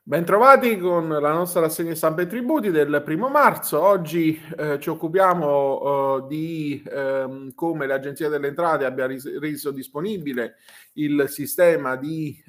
Bentrovati con la nostra rassegna stampa e tributi del 1° marzo. Oggi ci occupiamo di come l'Agenzia delle Entrate abbia reso disponibile il sistema di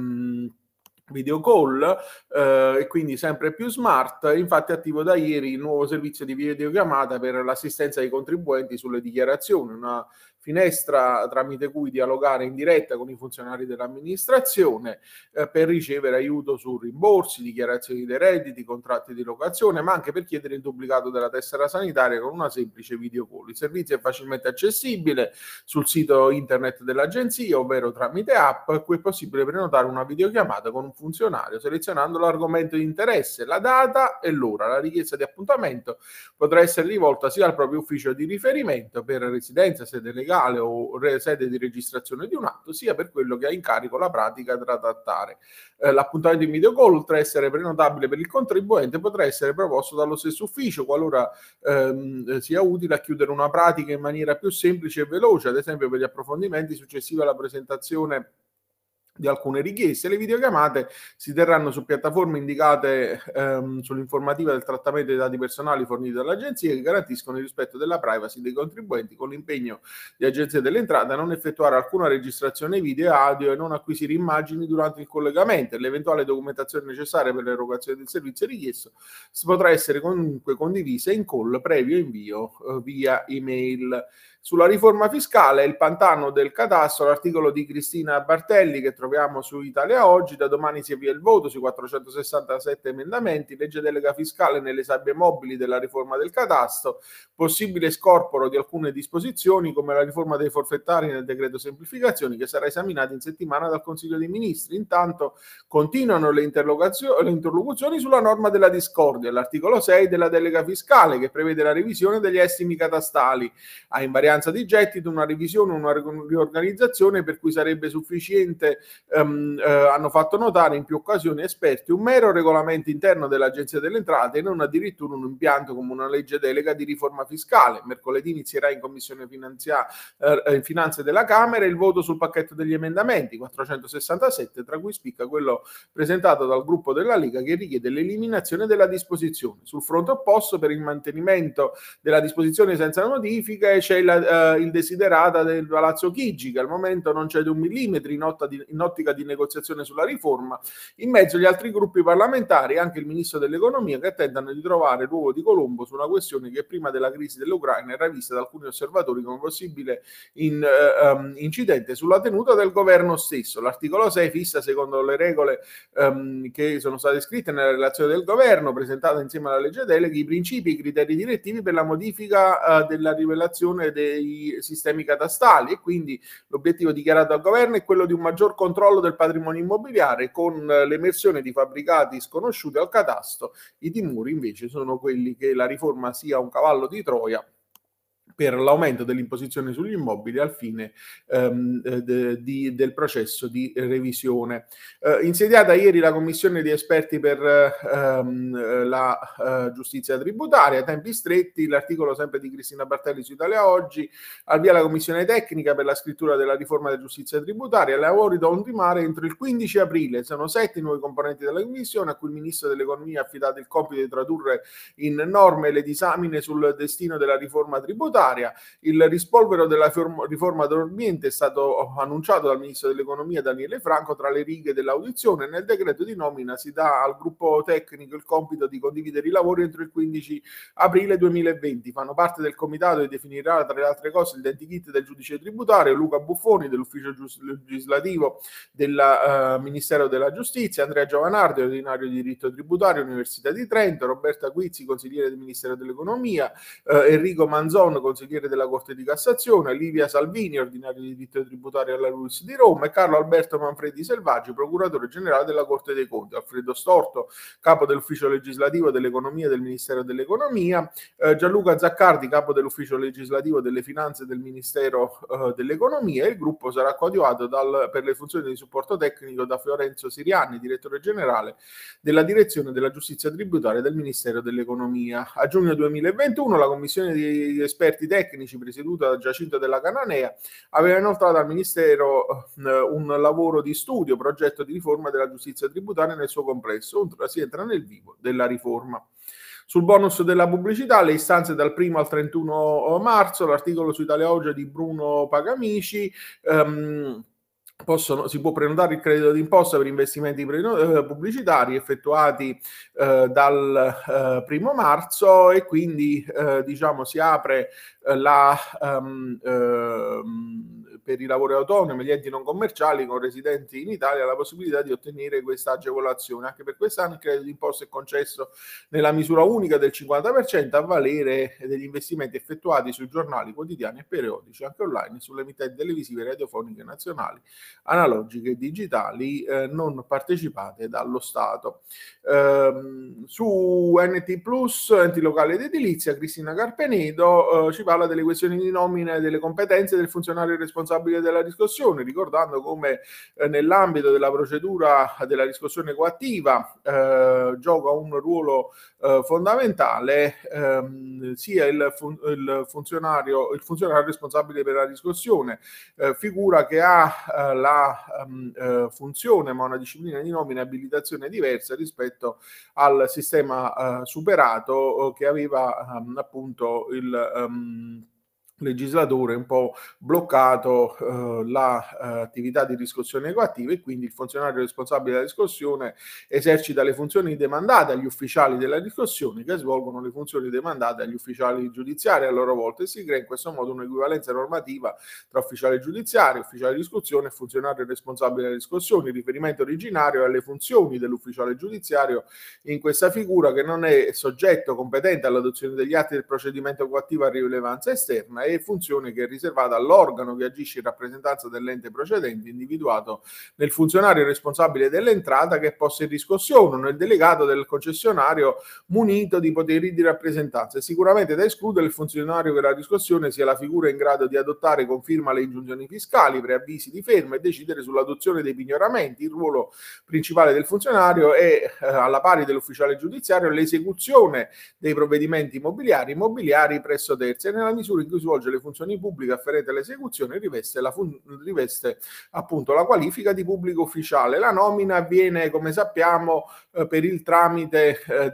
video call e quindi sempre più smart. Infatti è attivo da ieri il nuovo servizio di videochiamata per l'assistenza ai contribuenti sulle dichiarazioni, una finestra tramite cui dialogare in diretta con i funzionari dell'amministrazione per ricevere aiuto su rimborsi, dichiarazioni dei redditi, contratti di locazione, ma anche per chiedere il duplicato della tessera sanitaria con una semplice video call. Il servizio è facilmente accessibile sul sito internet dell'agenzia, ovvero tramite app, a cui è possibile prenotare una videochiamata con un funzionario selezionando l'argomento di interesse, la data e l'ora. La richiesta di appuntamento potrà essere rivolta sia al proprio ufficio di riferimento per residenza, sede legale o sede di registrazione di un atto, sia per quello che ha in carico la pratica da trattare. L'appuntamento in video call, oltre a essere prenotabile per il contribuente, potrà essere proposto dallo stesso ufficio qualora sia utile a chiudere una pratica in maniera più semplice e veloce, ad esempio per gli approfondimenti successivi alla presentazione di alcune richieste. Le videochiamate si terranno su piattaforme indicate sull'informativa del trattamento dei dati personali forniti dall'agenzia, che garantiscono il rispetto della privacy dei contribuenti, con l'impegno di Agenzia delle Entrate a non effettuare alcuna registrazione video e audio e non acquisire immagini durante il collegamento. L'eventuale documentazione necessaria per l'erogazione del servizio richiesto potrà essere comunque condivisa in call previo invio via email. Sulla riforma fiscale, il pantano del catasto, l'articolo di Cristina Bartelli che troviamo su Italia Oggi. Da domani si avvia il voto sui 467 emendamenti, legge delega fiscale nelle sabbie mobili della riforma del catasto, possibile scorporo di alcune disposizioni come la riforma dei forfettari nel decreto semplificazioni, che sarà esaminata in settimana dal Consiglio dei Ministri. Intanto continuano le interlocuzioni sulla norma della discordia, l'articolo 6 della delega fiscale, che prevede la revisione degli estimi catastali a invarianza di gettito, una revisione, una riorganizzazione per cui sarebbe sufficiente, hanno fatto notare in più occasioni esperti, un mero regolamento interno dell'Agenzia delle Entrate e non addirittura un impianto come una legge delega di riforma fiscale. Mercoledì inizierà in Commissione Finanze della Camera il voto sul pacchetto degli emendamenti, 467, tra cui spicca quello presentato dal gruppo della Lega che richiede l'eliminazione della disposizione. Sul fronte opposto, per il mantenimento della disposizione senza modifiche, c'è il desiderata del Palazzo Chigi, che al momento non cede un millimetro in ottica di negoziazione sulla riforma. In mezzo agli altri gruppi parlamentari, anche il ministro dell'economia, che tentano di trovare l'uovo di Colombo su una questione che prima della crisi dell'Ucraina era vista da alcuni osservatori come possibile incidente sulla tenuta del governo stesso. L'articolo 6 fissa, secondo le regole che sono state scritte nella relazione del governo presentata insieme alla legge delega, i principi e i criteri direttivi per la modifica della rivelazione dei sistemi catastali, e quindi l'obiettivo dichiarato dal governo è quello di un maggior controllo del patrimonio immobiliare con l'emersione di fabbricati sconosciuti al catasto. I timori invece sono quelli che la riforma sia un cavallo di Troia per l'aumento dell'imposizione sugli immobili al fine del processo di revisione. Insediata ieri la commissione di esperti per la giustizia tributaria, tempi stretti, l'articolo sempre di Cristina Bartelli su Italia Oggi, avvia la commissione tecnica per la scrittura della riforma della giustizia tributaria, lavori da ultimare entro il 15 aprile. Sono 7 nuovi componenti della commissione a cui il ministro dell'economia ha affidato il compito di tradurre in norme le disamine sul destino della riforma tributaria. Il rispolvero della riforma dormiente è stato annunciato dal ministro dell'economia Daniele Franco tra le righe dell'audizione. Nel decreto di nomina si dà al gruppo tecnico il compito di condividere i lavori entro il 15 aprile 2020. Fanno parte del comitato che definirà, tra le altre cose, il identikit del giudice tributario, Luca Buffoni dell'ufficio legislativo del Ministero della Giustizia, Andrea Giovanardi, ordinario di diritto tributario, Università di Trento, Roberta Guizzi, consigliere del Ministero dell'Economia, Enrico Manzon, consigliere della Corte di Cassazione, Livia Salvini, ordinario di diritto tributario alla LUISS di Roma, e Carlo Alberto Manfredi Selvaggi, procuratore generale della Corte dei Conti, Alfredo Storto, capo dell'ufficio legislativo dell'economia del Ministero dell'Economia, Gianluca Zaccardi, capo dell'ufficio legislativo delle finanze del Ministero dell'Economia, e il gruppo sarà coadiuvato per le funzioni di supporto tecnico da Fiorenzo Siriani, direttore generale della direzione della giustizia tributaria del Ministero dell'Economia. A giugno 2021 la commissione di esperti tecnici presieduta da Giacinto Della Cananea, aveva inoltrato al Ministero un lavoro di studio, progetto di riforma della giustizia tributaria nel suo complesso. Ora si entra nel vivo della riforma. Sul bonus della pubblicità, le istanze dal 1 al 31 marzo, l'articolo su Italia Oggi di Bruno Pagamici. Si può prenotare il credito d'imposta per investimenti pubblicitari effettuati dal 1 marzo, e quindi si apre per i lavori autonomi e gli enti non commerciali con residenti in Italia la possibilità di ottenere questa agevolazione. Anche per quest'anno il credito d'imposta è concesso nella misura unica del 50% a valere degli investimenti effettuati sui giornali, quotidiani e periodici, anche online, sulle emittenti televisive e radiofoniche nazionali, analogiche e digitali non partecipate dallo Stato. Su NT Plus, enti locali ed edilizia, Cristina Carpenedo ci parla delle questioni di nomina e delle competenze del funzionario responsabile della riscossione, ricordando come nell'ambito della procedura della riscossione coattiva gioca un ruolo fondamentale sia il funzionario responsabile per la riscossione, figura che ha la funzione ma una disciplina di nomina e abilitazione diversa rispetto al sistema superato che aveva appunto il legislatore un po' bloccato l'attività di riscossione coattiva, e quindi il funzionario responsabile della riscossione esercita le funzioni demandate agli ufficiali della riscossione, che svolgono le funzioni demandate agli ufficiali giudiziari a loro volta, e si crea in questo modo un'equivalenza normativa tra ufficiale giudiziario, ufficiale di riscossione e funzionario responsabile della riscossione. Il riferimento originario è alle funzioni dell'ufficiale giudiziario in questa figura, che non è soggetto competente all'adozione degli atti del procedimento coattivo a rilevanza esterna, e funzione che è riservata all'organo che agisce in rappresentanza dell'ente procedente, individuato nel funzionario responsabile dell'entrata che possa in riscossione, o nel delegato del concessionario munito di poteri di rappresentanza. È sicuramente da escludere il funzionario che la riscossione sia la figura in grado di adottare con firma le ingiunzioni fiscali, preavvisi di fermo e decidere sull'adozione dei pignoramenti. Il ruolo principale del funzionario è, alla pari dell'ufficiale giudiziario, l'esecuzione dei provvedimenti immobiliari presso terzi, e nella misura in cui svolge le funzioni pubbliche afferenti all'esecuzione riveste appunto la qualifica di pubblico ufficiale. La nomina avviene, come sappiamo, per il tramite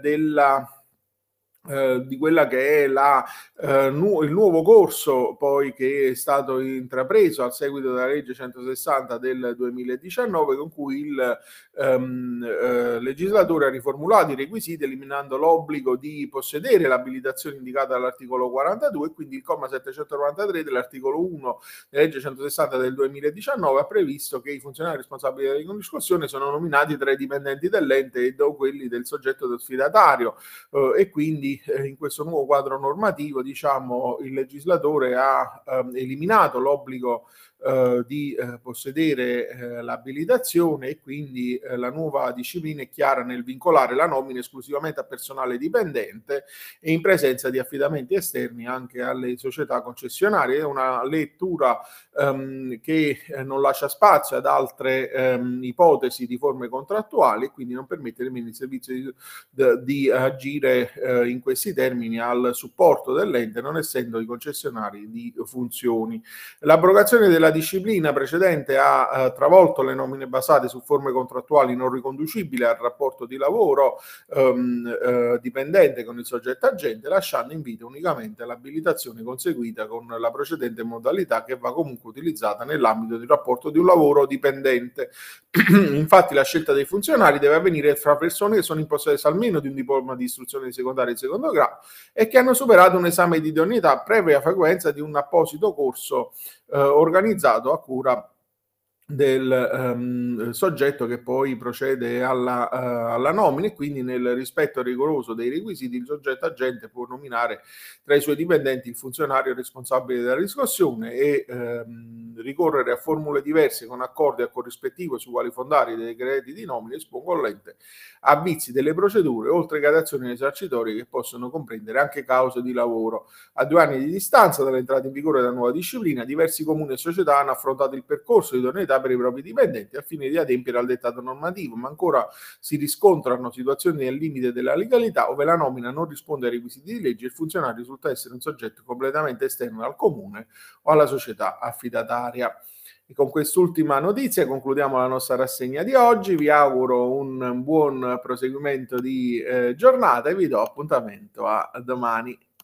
di quella che è il nuovo corso poi che è stato intrapreso a seguito della legge 160 del 2019, con cui il legislatore ha riformulato i requisiti eliminando l'obbligo di possedere l'abilitazione indicata dall'articolo 42, e quindi il comma 793 dell'articolo 1 della legge 160 del 2019 ha previsto che i funzionari responsabili della riscossione sono nominati tra i dipendenti dell'ente e da quelli del soggetto del sfidatario, e quindi in questo nuovo quadro normativo il legislatore ha eliminato l'obbligo di possedere l'abilitazione, e quindi la nuova disciplina è chiara nel vincolare la nomina esclusivamente a personale dipendente e in presenza di affidamenti esterni anche alle società concessionarie. È una lettura che non lascia spazio ad altre ipotesi di forme contrattuali, e quindi non permette nemmeno il servizio di agire in questi termini al supporto dell'ente, non essendo i concessionari di funzioni. L'abrogazione della disciplina precedente ha travolto le nomine basate su forme contrattuali non riconducibili al rapporto di lavoro dipendente con il soggetto agente, lasciando in vita unicamente l'abilitazione conseguita con la precedente modalità, che va comunque utilizzata nell'ambito del rapporto di un lavoro dipendente. Infatti la scelta dei funzionari deve avvenire fra persone che sono in possesso almeno di un diploma di istruzione secondaria di secondo grado e che hanno superato un esame di idoneità previa frequenza di un apposito corso organizzato a cura del soggetto che poi procede alla nomina, e quindi nel rispetto rigoroso dei requisiti il soggetto agente può nominare tra i suoi dipendenti il funzionario responsabile della riscossione e ricorrere a formule diverse con accordi a corrispettivo su quali fondare dei decreti di nomina, espongono l'ente a vizi delle procedure, oltre che ad azioni risarcitorie che possono comprendere anche cause di lavoro. A 2 anni di distanza dall'entrata in vigore della nuova disciplina, diversi comuni e società hanno affrontato il percorso di idoneità società per i propri dipendenti al fine di adempiere al dettato normativo, ma ancora si riscontrano situazioni nel limite della legalità ove la nomina non risponde ai requisiti di legge e il funzionario risulta essere un soggetto completamente esterno al comune o alla società affidataria. E con quest'ultima notizia concludiamo la nostra rassegna di oggi. Vi auguro un buon proseguimento di giornata e vi do appuntamento a domani.